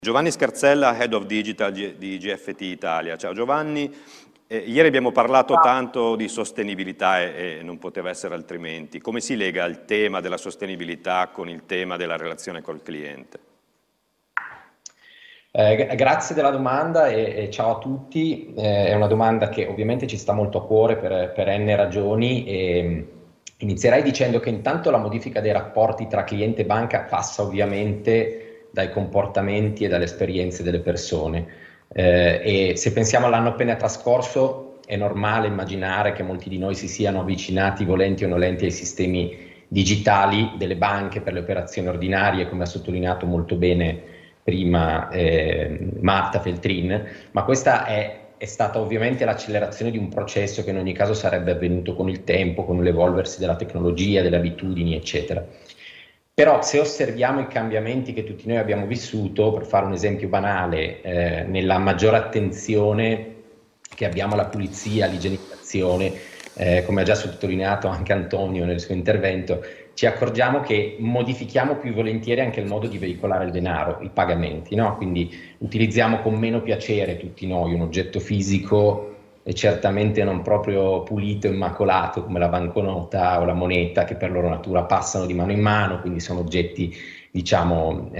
Giovanni Scarzella, Head of Digital di GFT Italia. Ciao Giovanni, ieri abbiamo parlato tanto di sostenibilità e non poteva essere altrimenti. Come si lega il tema della sostenibilità con il tema della relazione col cliente? Grazie della domanda e ciao a tutti. È una domanda che ovviamente ci sta molto a cuore per N ragioni e inizierei dicendo che intanto la modifica dei rapporti tra cliente e banca passa ovviamente dai comportamenti e dalle esperienze delle persone. E se pensiamo all'anno appena trascorso, è normale immaginare che molti di noi si siano avvicinati, volenti o nolenti, ai sistemi digitali delle banche per le operazioni ordinarie, come ha sottolineato molto bene prima Marta Feltrin, ma questa è stata ovviamente l'accelerazione di un processo che in ogni caso sarebbe avvenuto con il tempo, con l'evolversi della tecnologia, delle abitudini, eccetera. Però se osserviamo i cambiamenti che tutti noi abbiamo vissuto, per fare un esempio banale, nella maggiore attenzione che abbiamo alla pulizia, all'igienizzazione, come ha già sottolineato anche Antonio nel suo intervento, ci accorgiamo che modifichiamo più volentieri anche il modo di veicolare il denaro, i pagamenti, no? Quindi utilizziamo con meno piacere tutti noi un oggetto fisico e certamente non proprio pulito e immacolato come la banconota o la moneta, che per loro natura passano di mano in mano, quindi sono oggetti, diciamo,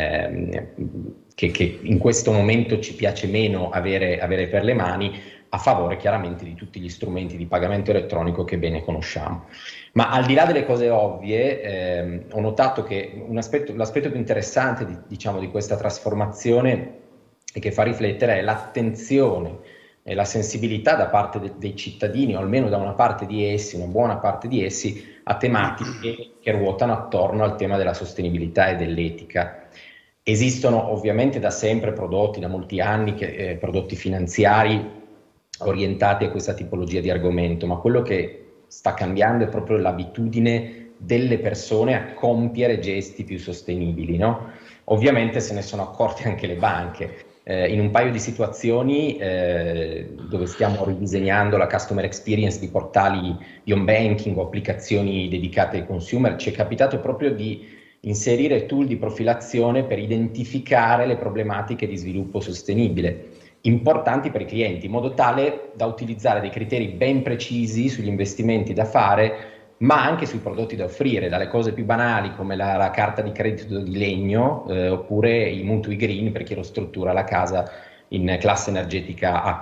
che in questo momento ci piace meno avere per le mani, a favore chiaramente di tutti gli strumenti di pagamento elettronico che bene conosciamo. Ma al di là delle cose ovvie, ho notato che l'aspetto più interessante diciamo, di questa trasformazione e che fa riflettere è l'attenzione e la sensibilità da parte dei cittadini, o almeno da una parte di essi, una buona parte di essi, a tematiche che ruotano attorno al tema della sostenibilità e dell'etica. Esistono ovviamente da sempre prodotti, da molti anni, prodotti finanziari orientati a questa tipologia di argomento, ma quello che sta cambiando è proprio l'abitudine delle persone a compiere gesti più sostenibili, no? Ovviamente se ne sono accorte anche le banche. In un paio di situazioni dove stiamo ridisegnando la customer experience di portali di home banking o applicazioni dedicate ai consumer, ci è capitato proprio di inserire tool di profilazione per identificare le problematiche di sviluppo sostenibile importanti per i clienti, in modo tale da utilizzare dei criteri ben precisi sugli investimenti da fare, ma anche sui prodotti da offrire, dalle cose più banali come la carta di credito di legno oppure i mutui green per chi lo struttura la casa in classe energetica A+.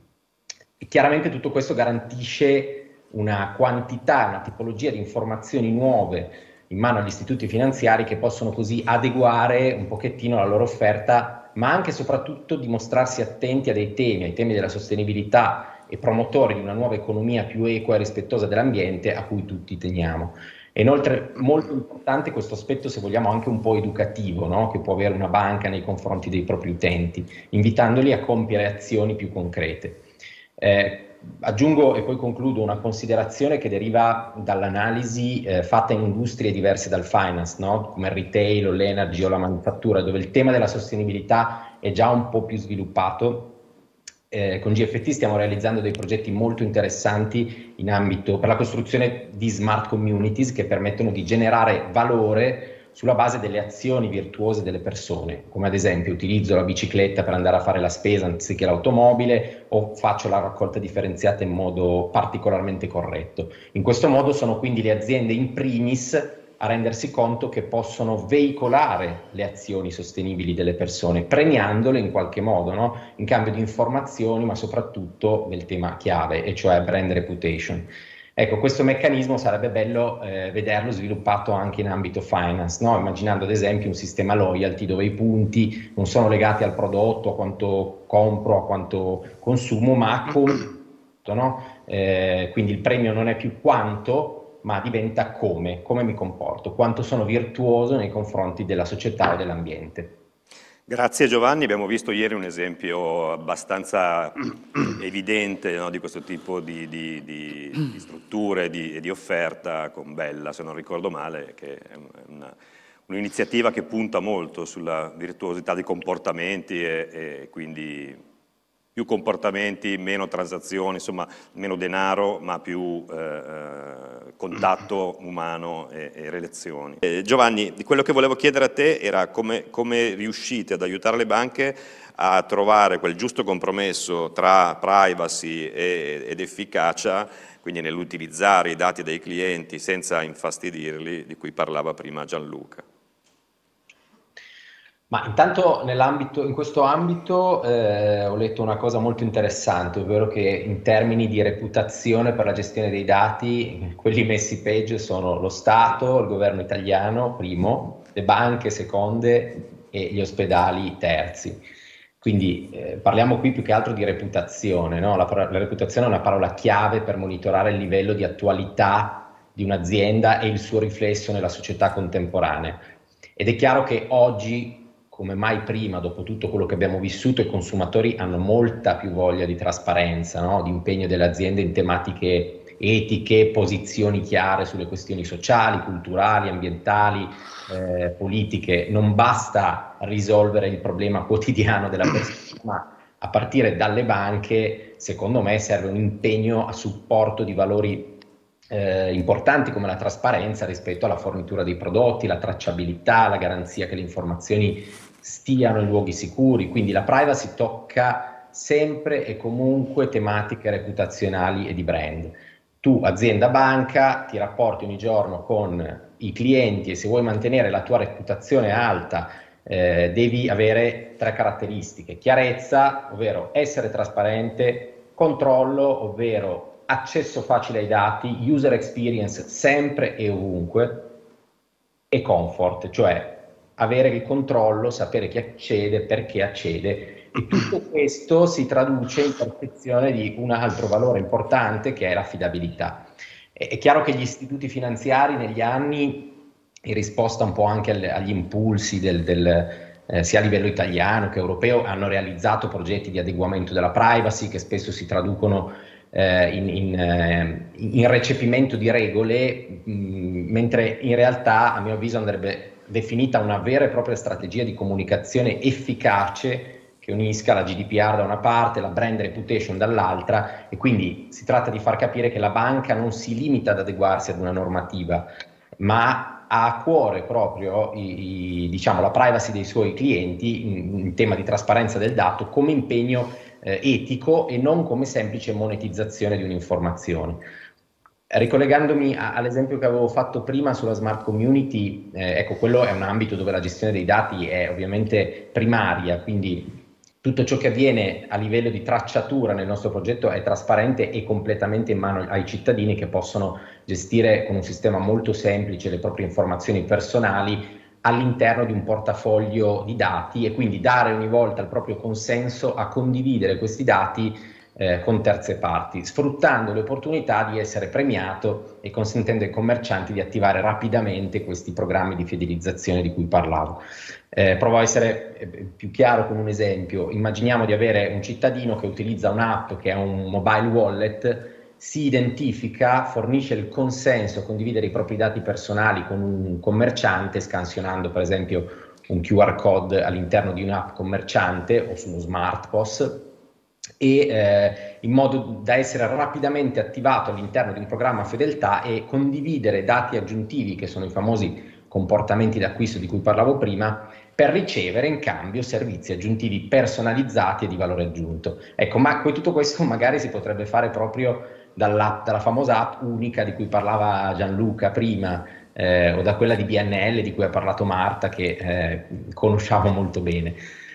E chiaramente tutto questo garantisce una quantità, una tipologia di informazioni nuove in mano agli istituti finanziari che possono così adeguare un pochettino la loro offerta, ma anche e soprattutto dimostrarsi attenti ai temi della sostenibilità e promotori di una nuova economia più equa e rispettosa dell'ambiente a cui tutti teniamo. E inoltre molto importante questo aspetto, se vogliamo, anche un po' educativo, no? Che può avere una banca nei confronti dei propri utenti, invitandoli a compiere azioni più concrete. Aggiungo e poi concludo una considerazione che deriva dall'analisi fatta in industrie diverse dal finance, no? Come il retail o l'energy o la manifattura, dove il tema della sostenibilità è già un po' più sviluppato. Con GFT stiamo realizzando dei progetti molto interessanti in ambito per la costruzione di smart communities che permettono di generare valore sulla base delle azioni virtuose delle persone, come ad esempio utilizzo la bicicletta per andare a fare la spesa anziché l'automobile o faccio la raccolta differenziata in modo particolarmente corretto. In questo modo sono quindi le aziende in primis a rendersi conto che possono veicolare le azioni sostenibili delle persone, premiandole in qualche modo, no? In cambio di informazioni, ma soprattutto del tema chiave, e cioè brand reputation. Ecco, questo meccanismo sarebbe bello vederlo sviluppato anche in ambito finance, no? Immaginando ad esempio un sistema loyalty dove i punti non sono legati al prodotto, a quanto compro, a quanto consumo, ma a come, no? Quindi il premio non è più quanto, ma diventa come mi comporto, quanto sono virtuoso nei confronti della società e dell'ambiente. Grazie Giovanni, abbiamo visto ieri un esempio abbastanza evidente, no, di questo tipo di strutture e di offerta con Bella, se non ricordo male, che è un'iniziativa che punta molto sulla virtuosità dei comportamenti e quindi più comportamenti, meno transazioni, insomma meno denaro, ma più contatto umano e relazioni. Giovanni, quello che volevo chiedere a te era come riuscite ad aiutare le banche a trovare quel giusto compromesso tra privacy ed efficacia, quindi nell'utilizzare i dati dei clienti senza infastidirli, di cui parlava prima Gianluca. Ma intanto in questo ambito ho letto una cosa molto interessante, ovvero che in termini di reputazione per la gestione dei dati, quelli messi peggio sono lo Stato, il governo italiano, primo, le banche, seconde, e gli ospedali, terzi. Quindi parliamo qui più che altro di reputazione, no? La reputazione è una parola chiave per monitorare il livello di attualità di un'azienda e il suo riflesso nella società contemporanea. Ed è chiaro che oggi, come mai prima, dopo tutto quello che abbiamo vissuto, i consumatori hanno molta più voglia di trasparenza, no? Di impegno delle aziende in tematiche etiche, posizioni chiare sulle questioni sociali, culturali, ambientali, politiche. Non basta risolvere il problema quotidiano della persona, ma a partire dalle banche, secondo me, serve un impegno a supporto di valori importanti come la trasparenza rispetto alla fornitura dei prodotti, la tracciabilità, la garanzia che le informazioni stiano in luoghi sicuri. Quindi la privacy tocca sempre e comunque tematiche reputazionali e di brand. Tu, azienda banca, ti rapporti ogni giorno con i clienti e se vuoi mantenere la tua reputazione alta devi avere 3 caratteristiche: chiarezza, ovvero essere trasparente; controllo, ovvero accesso facile ai dati; user experience sempre e ovunque; e comfort, cioè avere il controllo, sapere chi accede, perché accede. E tutto questo si traduce in percezione di un altro valore importante, che è l'affidabilità. È chiaro che gli istituti finanziari negli anni, in risposta un po' anche agli impulsi sia a livello italiano che europeo, hanno realizzato progetti di adeguamento della privacy che spesso si traducono in recepimento di regole, mentre in realtà, a mio avviso, andrebbe definita una vera e propria strategia di comunicazione efficace che unisca la GDPR da una parte, la brand reputation dall'altra, e quindi si tratta di far capire che la banca non si limita ad adeguarsi ad una normativa, ma ha a cuore proprio diciamo, la privacy dei suoi clienti in tema di trasparenza del dato come impegno etico e non come semplice monetizzazione di un'informazione. Ricollegandomi all'esempio che avevo fatto prima sulla smart community, ecco, quello è un ambito dove la gestione dei dati è ovviamente primaria, quindi tutto ciò che avviene a livello di tracciatura nel nostro progetto è trasparente e completamente in mano ai cittadini, che possono gestire con un sistema molto semplice le proprie informazioni personali all'interno di un portafoglio di dati e quindi dare ogni volta il proprio consenso a condividere questi dati con terze parti, sfruttando le opportunità di essere premiato e consentendo ai commercianti di attivare rapidamente questi programmi di fidelizzazione di cui parlavo. Provo a essere più chiaro con un esempio. Immaginiamo di avere un cittadino che utilizza un'app che è un mobile wallet, si identifica, fornisce il consenso a condividere i propri dati personali con un commerciante, scansionando per esempio un QR code all'interno di un'app commerciante o su uno smart POS, e in modo da essere rapidamente attivato all'interno di un programma fedeltà e condividere dati aggiuntivi, che sono i famosi comportamenti d'acquisto di cui parlavo prima, per ricevere in cambio servizi aggiuntivi personalizzati e di valore aggiunto. Ecco, ma tutto questo magari si potrebbe fare proprio dalla famosa app unica di cui parlava Gianluca prima, o da quella di BNL di cui ha parlato Marta, che conosciamo molto bene.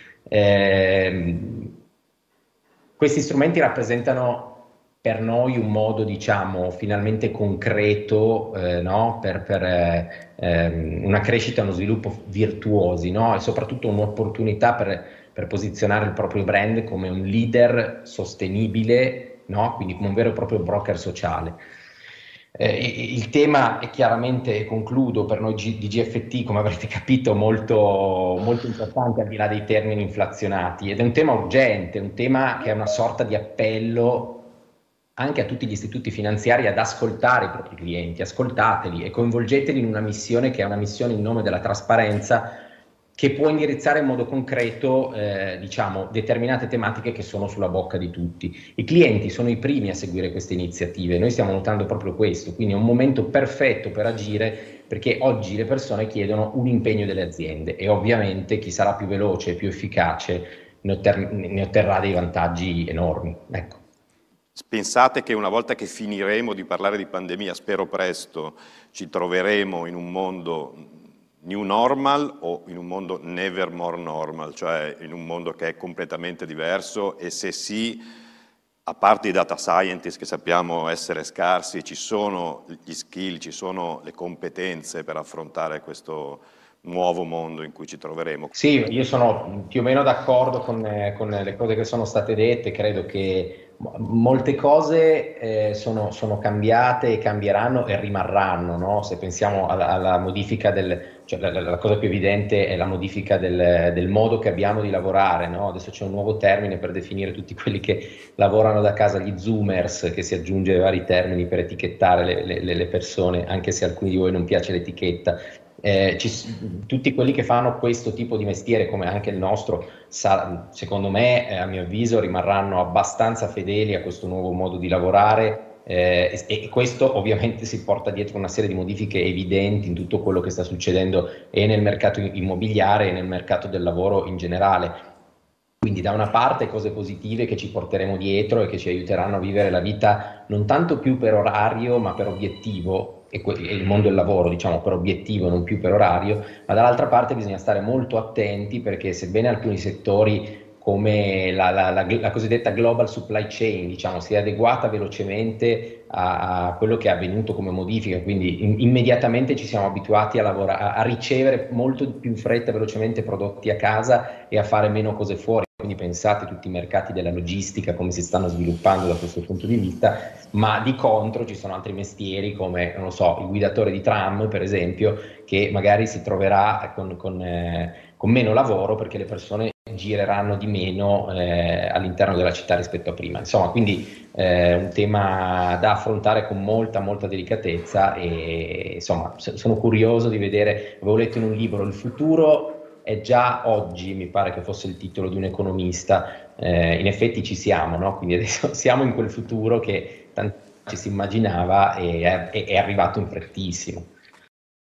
Questi strumenti rappresentano per noi un modo, diciamo, finalmente concreto, no? per una crescita e uno sviluppo virtuosi, no? E soprattutto un'opportunità per posizionare il proprio brand come un leader sostenibile, no? Quindi come un vero e proprio broker sociale. Il tema è chiaramente, e concludo, per noi di GFT, come avrete capito, molto, molto importante al di là dei termini inflazionati, ed è un tema urgente, un tema che è una sorta di appello anche a tutti gli istituti finanziari ad ascoltare i propri clienti, ascoltateli e coinvolgeteli in una missione che è una missione in nome della trasparenza, che può indirizzare in modo concreto diciamo, determinate tematiche che sono sulla bocca di tutti. I clienti sono i primi a seguire queste iniziative, noi stiamo notando proprio questo, quindi è un momento perfetto per agire, perché oggi le persone chiedono un impegno delle aziende e ovviamente chi sarà più veloce e più efficace ne otterrà dei vantaggi enormi. Ecco. Pensate che una volta che finiremo di parlare di pandemia, spero presto, ci troveremo in un mondo new normal o in un mondo never more normal, cioè in un mondo che è completamente diverso, e se sì, a parte i data scientist che sappiamo essere scarsi, ci sono gli skill, ci sono le competenze per affrontare questo nuovo mondo in cui ci troveremo? Sì, io sono più o meno d'accordo con le cose che sono state dette, credo che molte cose sono cambiate e cambieranno e rimarranno, no? Se pensiamo alla modifica cioè la cosa più evidente è la modifica del modo che abbiamo di lavorare, no? Adesso c'è un nuovo termine per definire tutti quelli che lavorano da casa, gli zoomers, che si aggiunge ai vari termini per etichettare le persone, anche se a alcuni di voi non piace l'etichetta. Tutti quelli che fanno questo tipo di mestiere, come anche il nostro, secondo me, a mio avviso, rimarranno abbastanza fedeli a questo nuovo modo di lavorare, e questo ovviamente si porta dietro una serie di modifiche evidenti in tutto quello che sta succedendo e nel mercato immobiliare e nel mercato del lavoro in generale. Quindi da una parte cose positive che ci porteremo dietro e che ci aiuteranno a vivere la vita non tanto più per orario ma per obiettivo, e il mondo del lavoro diciamo per obiettivo non più per orario, ma dall'altra parte bisogna stare molto attenti, perché sebbene alcuni settori come la cosiddetta global supply chain diciamo, sia adeguata velocemente a quello che è avvenuto come modifica, quindi immediatamente ci siamo abituati a lavorare, a ricevere molto più in fretta e velocemente prodotti a casa e a fare meno cose fuori. Quindi pensate a tutti i mercati della logistica, come si stanno sviluppando da questo punto di vista, ma di contro ci sono altri mestieri come, non lo so, il guidatore di tram per esempio, che magari si troverà con meno lavoro perché le persone gireranno di meno all'interno della città rispetto a prima. Insomma, quindi un tema da affrontare con molta delicatezza, e insomma sono curioso di vedere, avevo letto in un libro, il futuro è già oggi, mi pare che fosse il titolo di un economista, in effetti ci siamo, no? Quindi adesso siamo in quel futuro che tanto ci si immaginava e è arrivato in frettissimo.